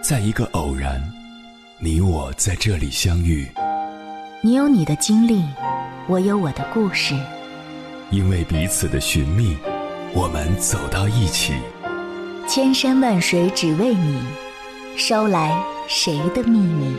在一个偶然，你我在这里相遇。 你有你的经历，我有我的故事。 因为彼此的寻觅，我们走到一起。 千山万水只为你，捎来谁的秘密？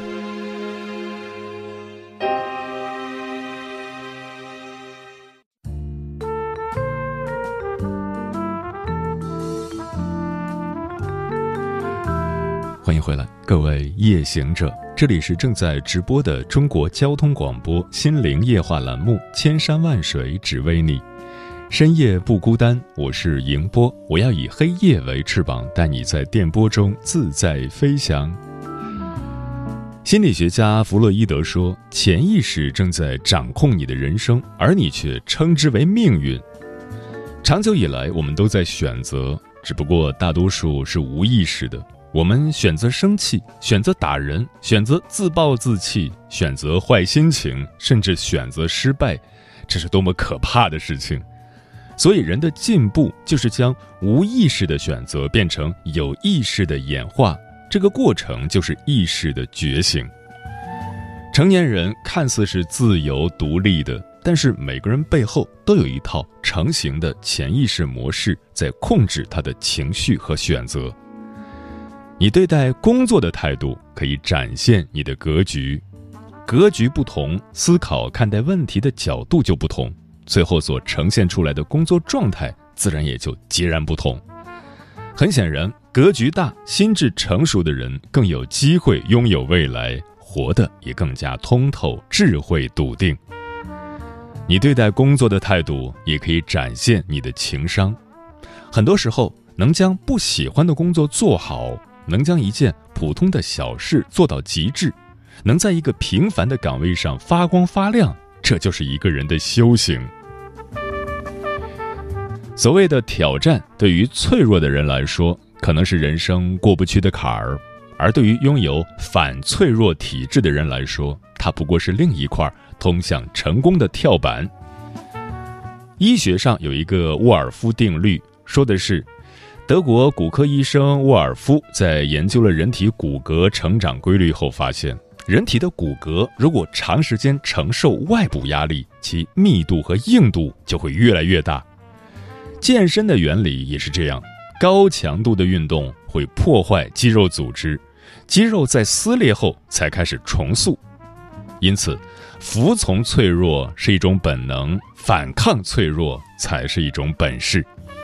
欢迎回来，各位夜行者，这里是正在直播的中国交通广播心灵夜话栏目《千山万水只为你》，深夜不孤单，我是迎波，我要以黑夜为翅膀，带你在电波中自在飞翔。心理学家弗洛伊德说，潜意识正在掌控你的人生，而你却称之为命运。长久以来，我们都在选择，只不过大多数是无意识的。我们选择生气，选择打人，选择自暴自弃，选择坏心情，甚至选择失败，这是多么可怕的事情。所以人的进步就是将无意识的选择变成有意识的演化，这个过程就是意识的觉醒。成年人看似是自由独立的，但是每个人背后都有一套成型的潜意识模式在控制他的情绪和选择。你对待工作的态度可以展现你的格局，格局不同，思考看待问题的角度就不同，最后所呈现出来的工作状态自然也就截然不同。很显然，格局大、心智成熟的人更有机会拥有未来，活得也更加通透、智慧笃定。你对待工作的态度也可以展现你的情商，很多时候能将不喜欢的工作做好，能将一件普通的小事做到极致，能在一个平凡的岗位上发光发亮，这就是一个人的修行。所谓的挑战，对于脆弱的人来说，可能是人生过不去的坎儿，而对于拥有反脆弱体质的人来说，它不过是另一块通向成功的跳板。医学上有一个沃尔夫定律，说的是德国骨科医生沃尔夫在研究了人体骨骼成长规律后发现，人体的骨骼如果长时间承受外部压力，其密度和硬度就会越来越大。健身的原理也是这样，高强度的运动会破坏肌肉组织，肌肉在撕裂后才开始重塑。因此，服从脆弱是一种本能，反抗脆弱才是一种本事。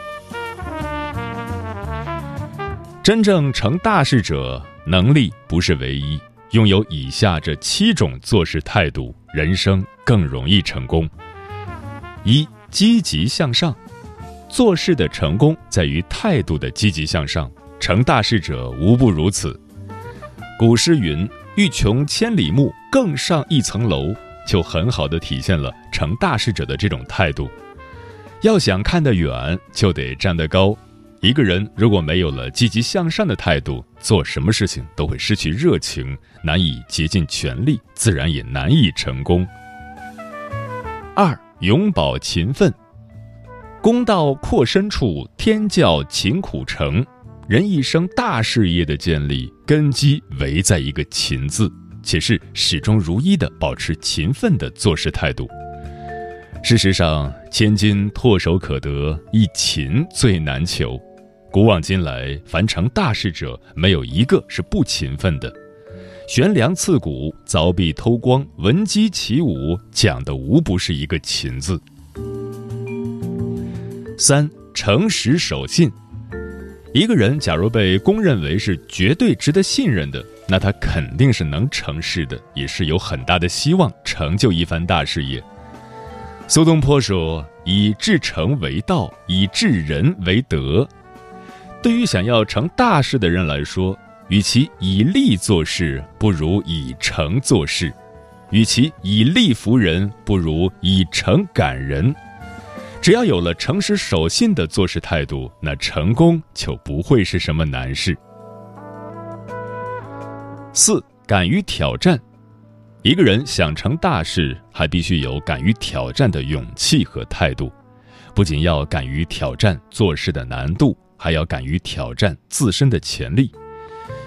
真正成大事者，能力不是唯一，拥有以下这7种做事态度，人生更容易成功。1. 积极向上。做事的成功在于态度的积极向上，成大事者无不如此。古诗云，欲穷千里目，更上一层楼，就很好地体现了成大事者的这种态度。要想看得远，就得站得高。一个人如果没有了积极向上的态度，做什么事情都会失去热情，难以竭尽全力，自然也难以成功。2. 永葆勤奋。公道阔深处，天教勤苦成。人一生大事业的建立，根基围在一个勤字，且是始终如一地保持勤奋的做事态度。事实上，千金唾手可得，一勤最难求。古往今来，凡成大事者，没有一个是不勤奋的。悬梁刺股、凿壁偷光、闻鸡起舞，讲的无不是一个勤字。3. 诚实守信。一个人假如被公认为是绝对值得信任的，那他肯定是能成事的，也是有很大的希望成就一番大事业。苏东坡说，以至诚为道，以治人为德。对于想要成大事的人来说，与其以利做事，不如以诚做事；与其以利服人，不如以诚感人。只要有了诚实守信的做事态度，那成功就不会是什么难事。4. 敢于挑战。一个人想成大事，还必须有敢于挑战的勇气和态度，不仅要敢于挑战做事的难度，还要敢于挑战自身的潜力。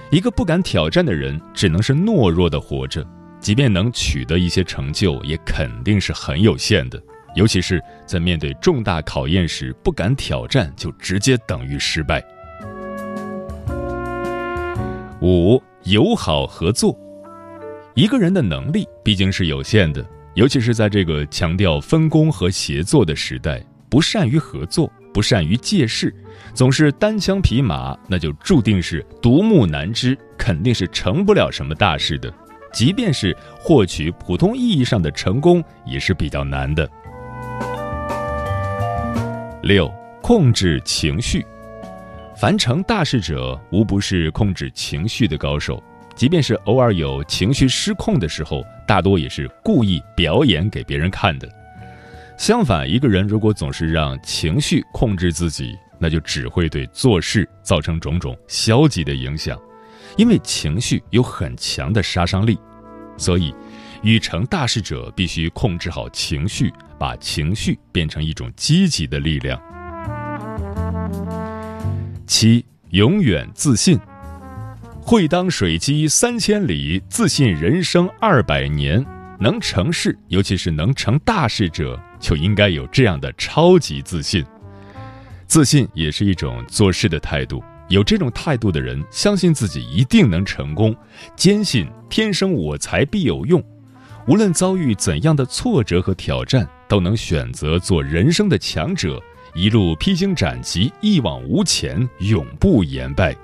一个不敢挑战的人，只能是懦弱地活着，即便能取得一些成就，也肯定是很有限的。尤其是在面对重大考验时，不敢挑战，就直接等于失败。5. 友好合作。一个人的能力毕竟是有限的，尤其是在这个强调分工和协作的时代，不善于合作，不善于借势，总是单枪匹马，那就注定是独木难支，肯定是成不了什么大事的。即便是获取普通意义上的成功，也是比较难的。6. 控制情绪。凡成大事者，无不是控制情绪的高手。即便是偶尔有情绪失控的时候，大多也是故意表演给别人看的。相反，一个人如果总是让情绪控制自己，那就只会对做事造成种种消极的影响，因为情绪有很强的杀伤力。所以，欲成大事者必须控制好情绪，把情绪变成一种积极的力量。7. 永远自信。会当水击3000里，自信人生200年。能成事，尤其是能成大事者，就应该有这样的超级自信。自信也是一种做事的态度，有这种态度的人，相信自己一定能成功，坚信天生我材必有用，无论遭遇怎样的挫折和挑战，都能选择做人生的强者，一路披荆斩棘，一往无前，永不言败。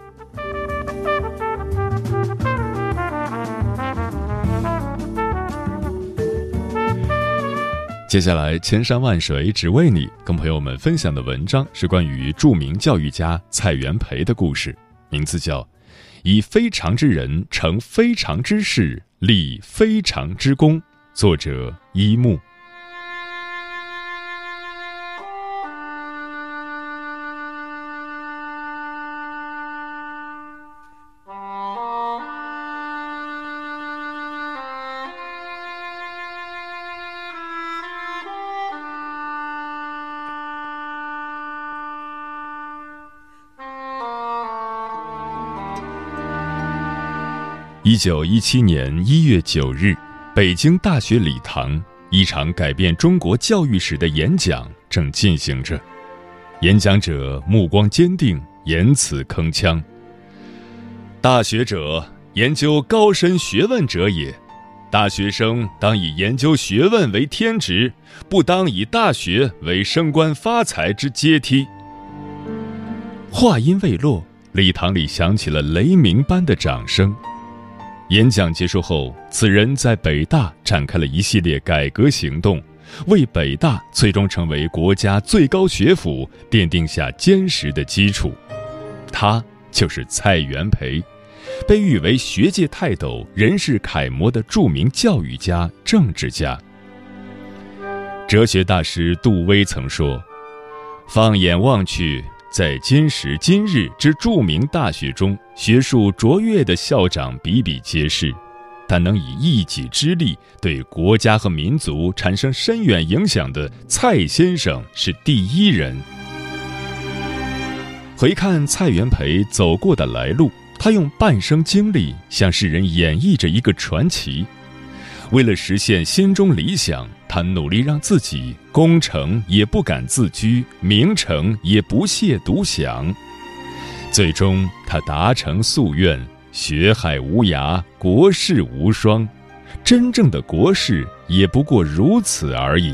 接下来，千山万水只为你，跟朋友们分享的文章是关于著名教育家蔡元培的故事，名字叫《以非常之人成非常之事，立非常之功》，作者一木。1917年1月9日，北京大学礼堂，一场改变中国教育史的演讲正进行着。演讲者目光坚定，言辞铿锵。大学者，研究高深学问者也。大学生当以研究学问为天职，不当以大学为升官发财之阶梯。话音未落，礼堂里响起了雷鸣般的掌声。演讲结束后，此人在北大展开了一系列改革行动，为北大最终成为国家最高学府奠定下坚实的基础。他就是蔡元培，被誉为学界泰斗、人世楷模的著名教育家、政治家。哲学大师杜威曾说：“放眼望去，在今时今日之著名大学中，学术卓越的校长比比皆是，但能以一己之力对国家和民族产生深远影响的蔡先生是第一人。”回看蔡元培走过的来路，他用半生经历向世人演绎着一个传奇。为了实现心中理想，他努力让自己功成也不敢自居，名成也不屑独享。最终他达成夙愿，学海无涯，国士无双。真正的国士也不过如此而已。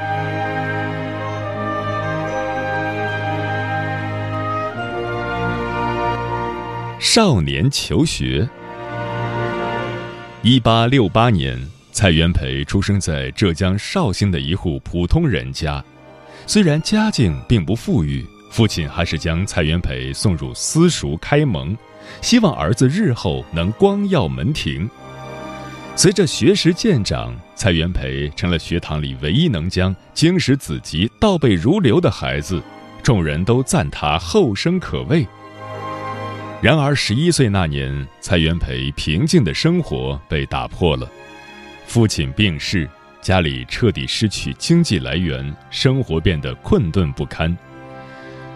少年求学。1868年，蔡元培出生在浙江绍兴的一户普通人家。虽然家境并不富裕，父亲还是将蔡元培送入私塾开蒙，希望儿子日后能光耀门庭。随着学识渐长，蔡元培成了学堂里唯一能将经史子集倒背如流的孩子，众人都赞他后生可畏。然而11岁那年，蔡元培平静的生活被打破了。父亲病逝，家里彻底失去经济来源，生活变得困顿不堪。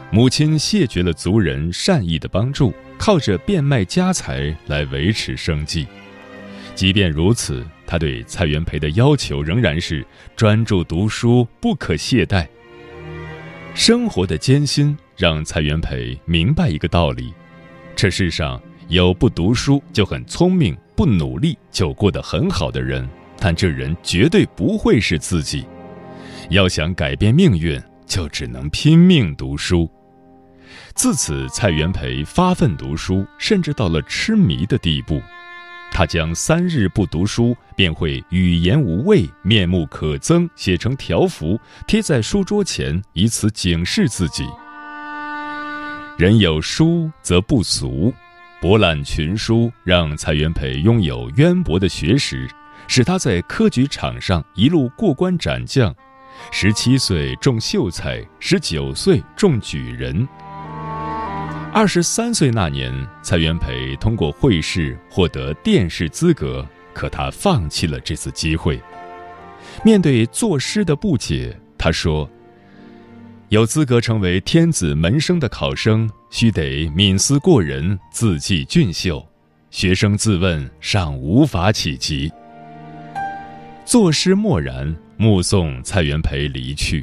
母亲谢绝了族人善意的帮助，靠着变卖家财来维持生计。即便如此，他对蔡元培的要求仍然是专注读书，不可懈怠。生活的艰辛让蔡元培明白一个道理：这世上有不读书就很聪明，不努力就过得很好的人，但这人绝对不会是自己。要想改变命运，就只能拼命读书。自此，蔡元培发奋读书，甚至到了痴迷的地步。他将3日不读书便会语言无味、面目可憎写成条幅，贴在书桌前，以此警示自己。人有书则不俗，博览群书让蔡元培拥有渊博的学识，使他在科举场上一路过关斩将。17岁中秀才，19岁中举人。23岁那年，蔡元培通过会试获得殿试资格，可他放弃了这次机会。面对作诗的不解，他说：“有资格成为天子门生的考生，须得敏思过人，字迹俊秀。学生自问尚无法企及。”作诗默然，目送蔡元培离去。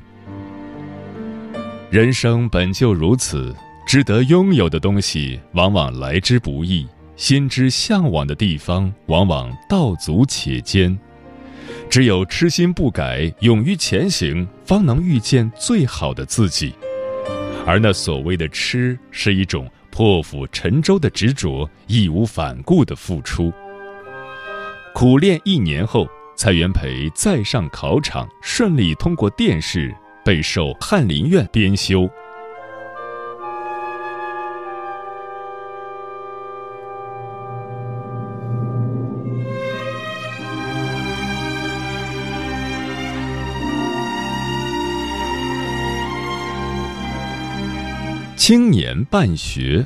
人生本就如此，值得拥有的东西往往来之不易，心之向往的地方往往道阻且艰。只有痴心不改，勇于前行，方能遇见最好的自己。而那所谓的痴，是一种破釜沉舟的执着，义无反顾的付出。苦练1年后，蔡元培再上考场，顺利通过殿试，备受翰林院编修。青年办学，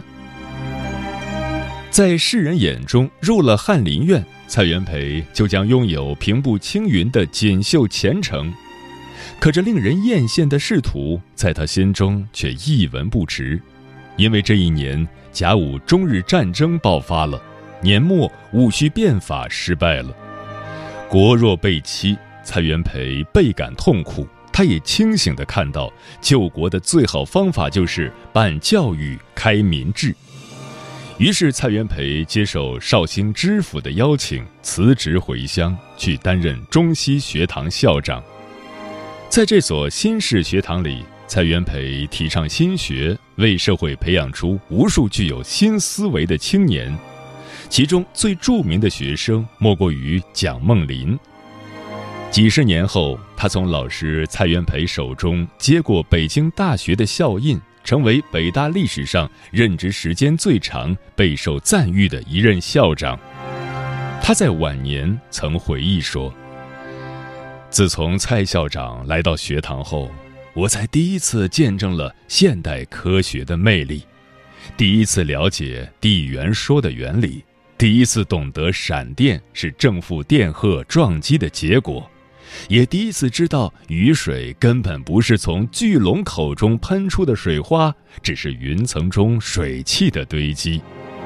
在世人眼中，入了翰林院，蔡元培就将拥有平步青云的锦绣前程。可这令人艳羡的仕途，在他心中却一文不值。因为这一年，甲午中日战争爆发了，年末戊戌变法失败了。国若被欺，蔡元培倍感痛苦。他也清醒地看到，救国的最好方法就是办教育、开民智。于是蔡元培接受绍兴知府的邀请，辞职回乡，去担任中西学堂校长。在这所新式学堂里，蔡元培提倡新学，为社会培养出无数具有新思维的青年。其中最著名的学生莫过于蒋梦麟。几十年后，他从老师蔡元培手中接过北京大学的校印，成为北大历史上任职时间最长、备受赞誉的一任校长。他在晚年曾回忆说：“自从蔡校长来到学堂后，我才第一次见证了现代科学的魅力，第一次了解地缘说的原理，第一次懂得闪电是正负电荷撞击的结果。”也第一次知道雨水根本不是从巨龙口中喷出的水花，只是云层中水汽的堆积。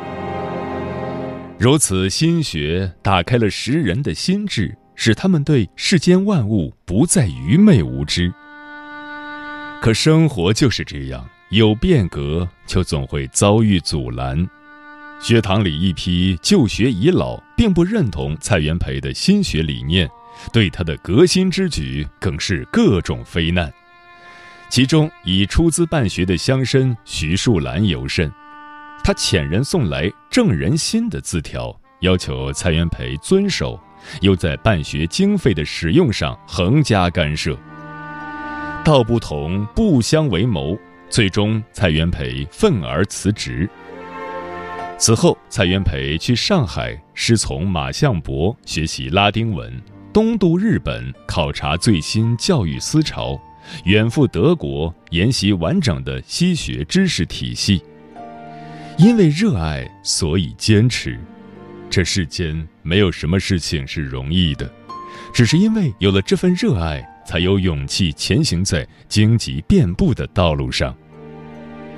如此心学打开了时人的心智，使他们对世间万物不再愚昧无知。可生活就是这样，有变革就总会遭遇阻拦。学堂里一批旧学遗老并不认同蔡元培的新学理念，对他的革新之举更是各种非难。其中以出资办学的乡绅徐树兰尤甚，他遣人送来正人心的字条，要求蔡元培遵守，又在办学经费的使用上横加干涉。道不同不相为谋，最终蔡元培愤而辞职。此后，蔡元培去上海师从马相伯学习拉丁文，东渡日本考察最新教育思潮，远赴德国研习完整的西学知识体系。因为热爱，所以坚持。这世间没有什么事情是容易的，只是因为有了这份热爱，才有勇气前行在荆棘遍布的道路上。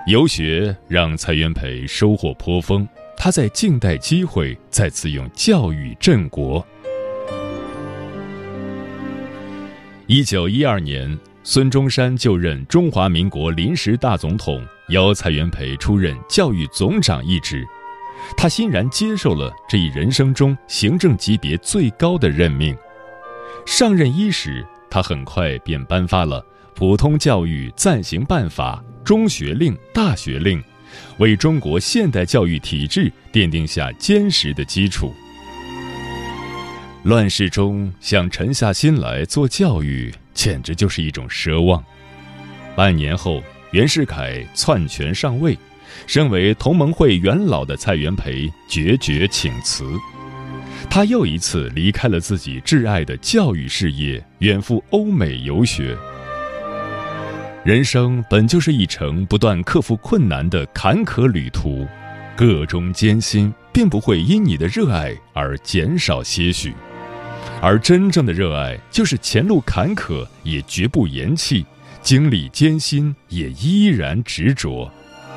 游学让蔡元培收获颇丰，他在静待机会，再次用教育振国。1912年，孙中山就任中华民国临时大总统，邀蔡元培出任教育总长一职。他欣然接受了这一人生中行政级别最高的任命。上任伊始，他很快便颁发了普通教育暂行办法、中学令、大学令，为中国现代教育体制奠定下坚实的基础。乱世中想沉下心来做教育，简直就是一种奢望。半年后，袁世凯篡权上位，身为同盟会元老的蔡元培决绝请辞。他又一次离开了自己挚爱的教育事业，远赴欧美游学。人生本就是一程不断克服困难的坎坷旅途，个中艰辛并不会因你的热爱而减少些许，而真正的热爱就是前路坎坷也绝不言弃，经历艰辛也依然执着。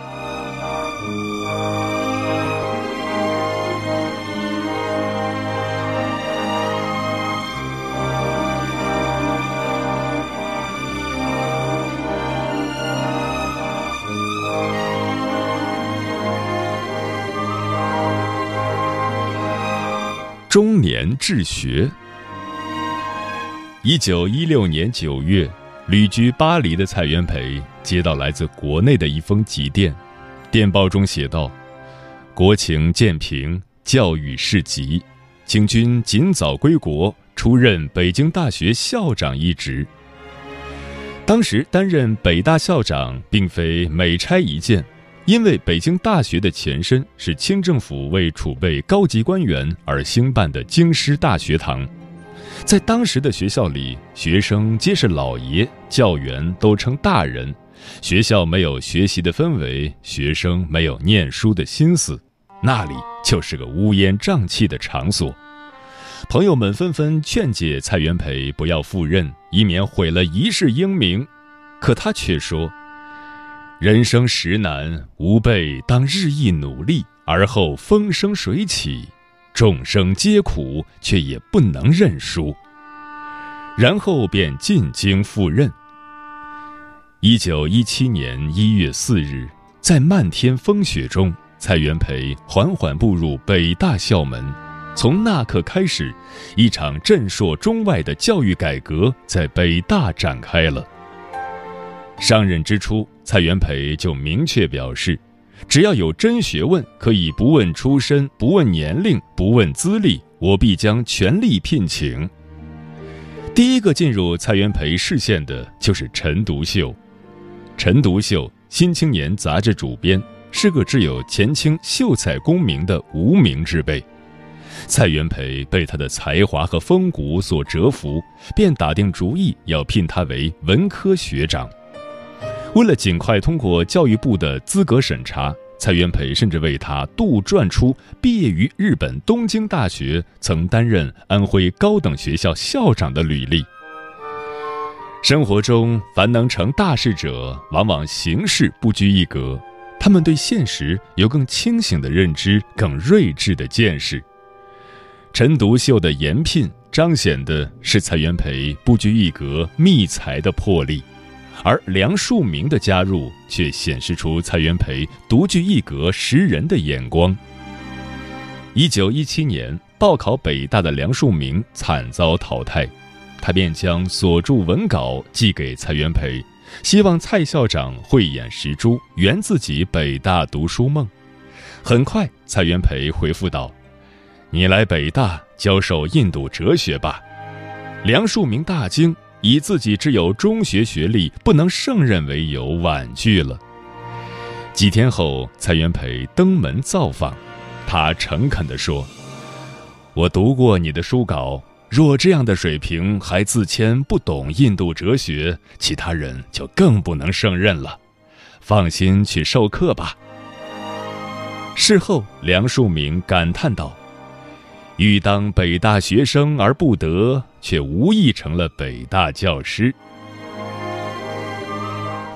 中年治学。1916年9月，旅居巴黎的蔡元培接到来自国内的一封急电，电报中写道：国情渐平，教育事急，请君尽早归国，出任北京大学校长一职。当时担任北大校长并非每差一件，因为北京大学的前身是清政府为储备高级官员而兴办的京师大学堂。在当时的学校里，学生皆是老爷，教员都称大人，学校没有学习的氛围，学生没有念书的心思，那里就是个乌烟瘴气的场所。朋友们纷纷劝解蔡元培不要赴任，以免毁了一世英名，可他却说：人生实难，吾辈当日益努力，而后风生水起。众生皆苦，却也不能认输。然后便进京赴任。1917年1月4日，在漫天风雪中，蔡元培缓缓步入北大校门。从那刻开始，一场震烁中外的教育改革在北大展开了。上任之初，蔡元培就明确表示，只要有真学问，可以不问出身，不问年龄，不问资历，我必将全力聘请。第一个进入蔡元培视线的就是陈独秀。陈独秀，《新青年》杂志主编，是个只有前清秀才功名的无名之辈。蔡元培被他的才华和风骨所折服，便打定主意要聘他为文科学长。为了尽快通过教育部的资格审查，蔡元培甚至为他杜撰出毕业于日本东京大学，曾担任安徽高等学校校长的履历。生活中，凡能成大事者，往往行事不拘一格，他们对现实有更清醒的认知，更睿智的见识。陈独秀的延聘彰显的是蔡元培不拘一格密才的魄力，而梁漱溟的加入却显示出蔡元培独具一格识人的眼光。1917年，报考北大的梁漱溟惨遭淘汰，他便将所著文稿寄给蔡元培，希望蔡校长慧眼识珠，圆自己北大读书梦。很快，蔡元培回复道：你来北大教授印度哲学吧。梁漱溟大惊，以自己只有中学学历，不能胜任为由婉拒了。几天后，蔡元培登门造访，他诚恳地说：我读过你的书稿，若这样的水平还自谦不懂印度哲学，其他人就更不能胜任了。放心去授课吧。事后，梁漱溟感叹道：欲当北大学生而不得，却无意成了北大教师。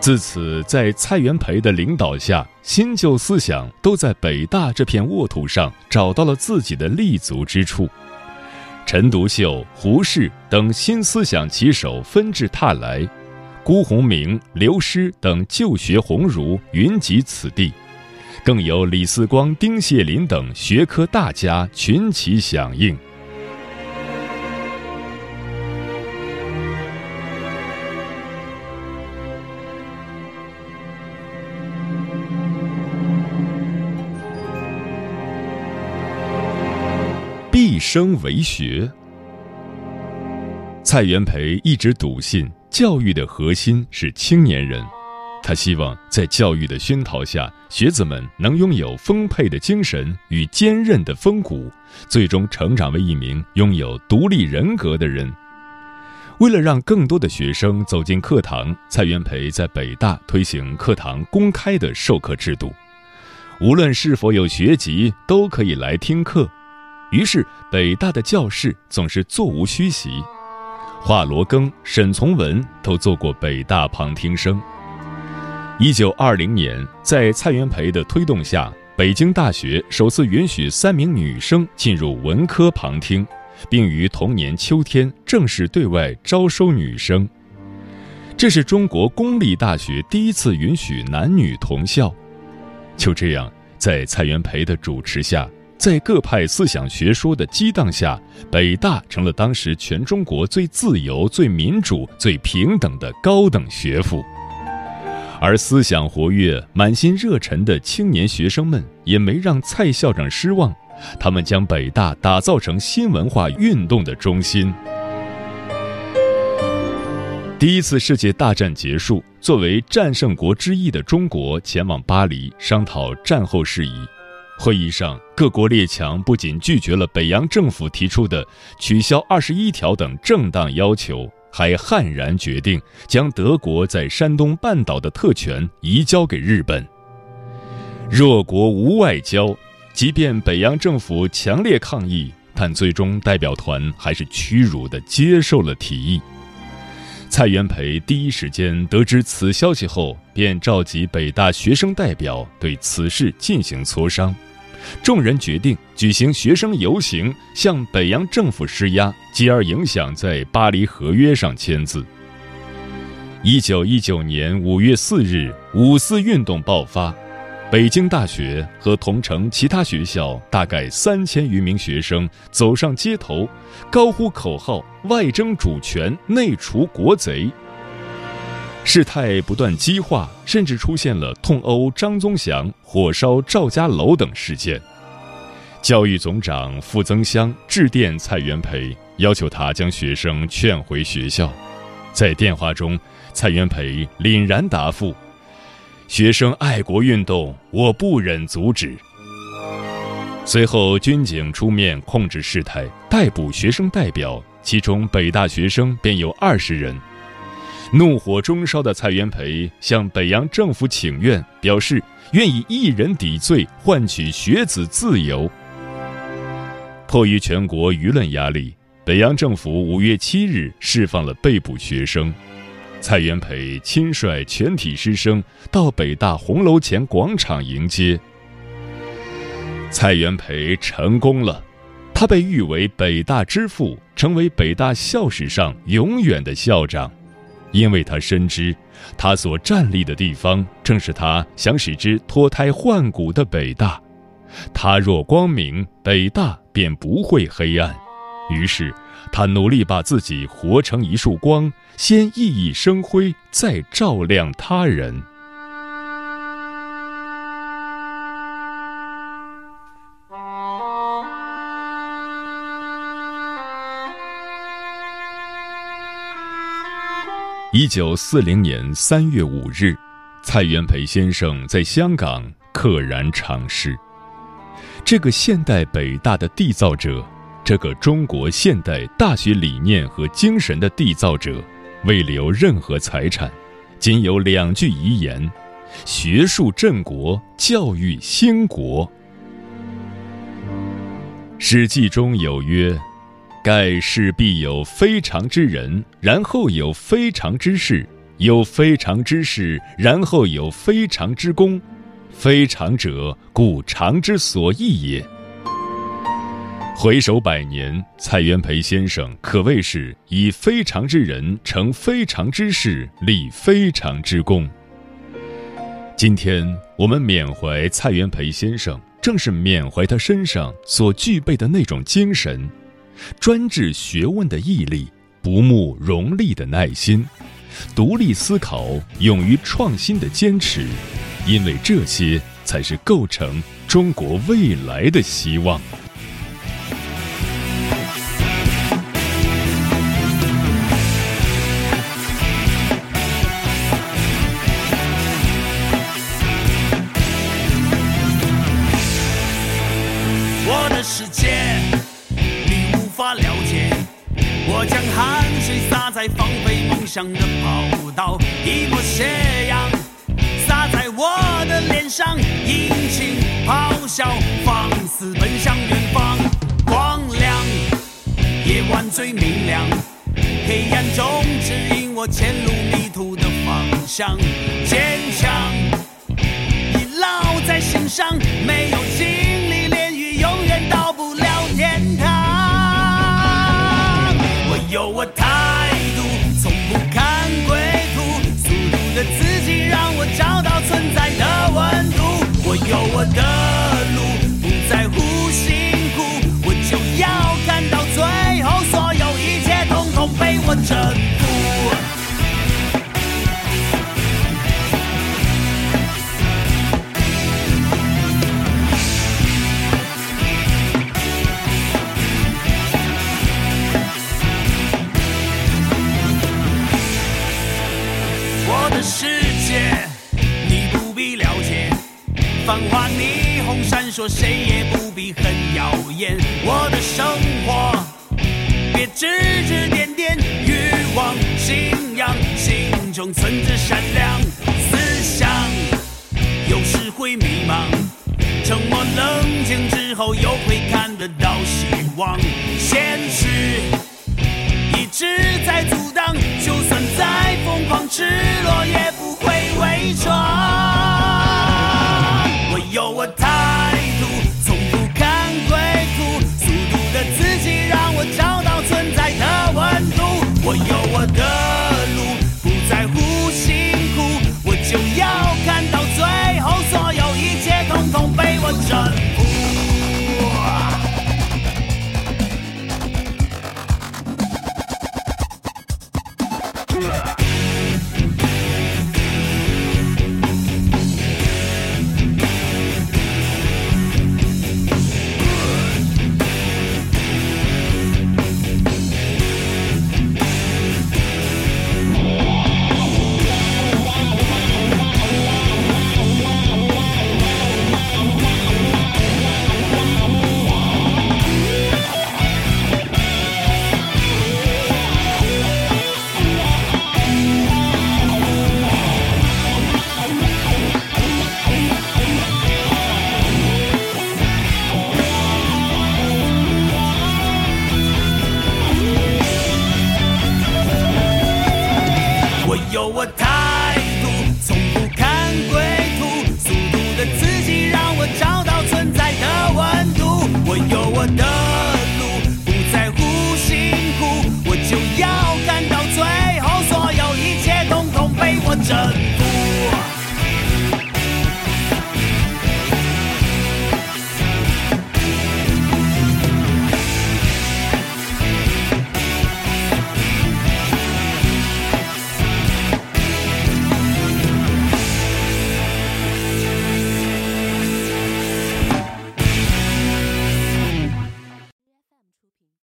自此，在蔡元培的领导下，新旧思想都在北大这片沃土上找到了自己的立足之处。陈独秀、胡适等新思想旗手纷至沓来，辜鸿铭、刘师等旧学鸿儒云集此地，更有李嗣光、丁谢林等学科大家群起响应。毕生为学。蔡元培一直笃信教育的核心是青年人，他希望在教育的熏陶下，学子们能拥有丰沛的精神与坚韧的风骨，最终成长为一名拥有独立人格的人。为了让更多的学生走进课堂，蔡元培在北大推行课堂公开的授课制度，无论是否有学籍都可以来听课。于是北大的教室总是座无虚席，华罗庚、沈从文都做过北大旁听生。1920年，在蔡元培的推动下，北京大学首次允许3名女生进入文科旁听，并于同年秋天正式对外招收女生。这是中国公立大学第一次允许男女同校。就这样，在蔡元培的主持下，在各派思想学说的激荡下，北大成了当时全中国最自由、最民主、最平等的高等学府。而思想活跃、满心热忱的青年学生们也没让蔡校长失望，他们将北大打造成新文化运动的中心。第一次世界大战结束，作为战胜国之一的中国前往巴黎商讨战后事宜。会议上，各国列强不仅拒绝了北洋政府提出的取消21条等正当要求，还悍然决定将德国在山东半岛的特权移交给日本。弱国无外交，即便北洋政府强烈抗议，但最终代表团还是屈辱地接受了提议。蔡元培第一时间得知此消息后，便召集北大学生代表对此事进行磋商。众人决定举行学生游行，向北洋政府施压，继而影响在巴黎合约上签字。1919年5月4日，5四运动爆发，北京大学和同城其他学校大概3000余名学生走上街头，高呼口号：外争主权，内除国贼。事态不断激化，甚至出现了痛殴张宗祥、火烧赵家楼等事件。教育总长傅增湘致电蔡元培，要求他将学生劝回学校。在电话中，蔡元培凛然答复：学生爱国运动，我不忍阻止。随后军警出面控制事态，逮捕学生代表，其中北大学生便有20人。怒火中烧的蔡元培向北洋政府请愿，表示愿以一人抵罪，换取学子自由。迫于全国舆论压力，北洋政府5月7日释放了被捕学生。蔡元培亲率全体师生到北大红楼前广场迎接。蔡元培成功了，他被誉为北大之父，成为北大校史上永远的校长。因为他深知，他所站立的地方正是他想使之脱胎换骨的北大。他若光明，北大便不会黑暗。于是他努力把自己活成一束光，先熠熠生辉，再照亮他人。1940年3月5日，蔡元培先生在香港溘然长逝。这个现代北大的缔造者，这个中国现代大学理念和精神的缔造者，未留任何财产，仅有2句遗言：学术振国，教育兴国。史记中有曰：盖事必有非常之人，然后有非常之事， 有非常之事，然后有非常之功。非常者，故常之所以也。回首100年，蔡元培先生可谓是以非常之人成非常之事，立非常之功。今天我们缅怀蔡元培先生，正是缅怀他身上所具备的那种精神：专治学问的毅力，不慕荣利的耐心，独立思考、勇于创新的坚持，因为这些才是构成中国未来的希望。 我的世界你无法了解，我将汗水洒在放飞梦想的跑道，一抹斜阳洒在我的脸上，引擎咆哮，放肆奔向远方。光亮，夜晚最明亮，黑暗中指引我前路迷途的方向。坚强已烙在心上，没有经历炼狱，永远到不了天堂。我有我态度，从不看归途，速度的自己让我找到存在的温度。我有我的路，不在乎辛苦，我就要看到最后，所有一切统统被我征服。我的世界你不必了解，繁华霓虹闪烁，谁也不必很耀眼。我的生活别指指点点，欲望信仰心中存着善良，思想有时会迷茫，沉默冷静之后又会看得到希望。现实一直在阻挡，就算再疯狂赤裸也不会伪装。我有我态度，从不看归途，速度的自己让我找到存在的温度。我有我的路，不在乎辛苦，我就要看到最后，所有一切统统被我征服。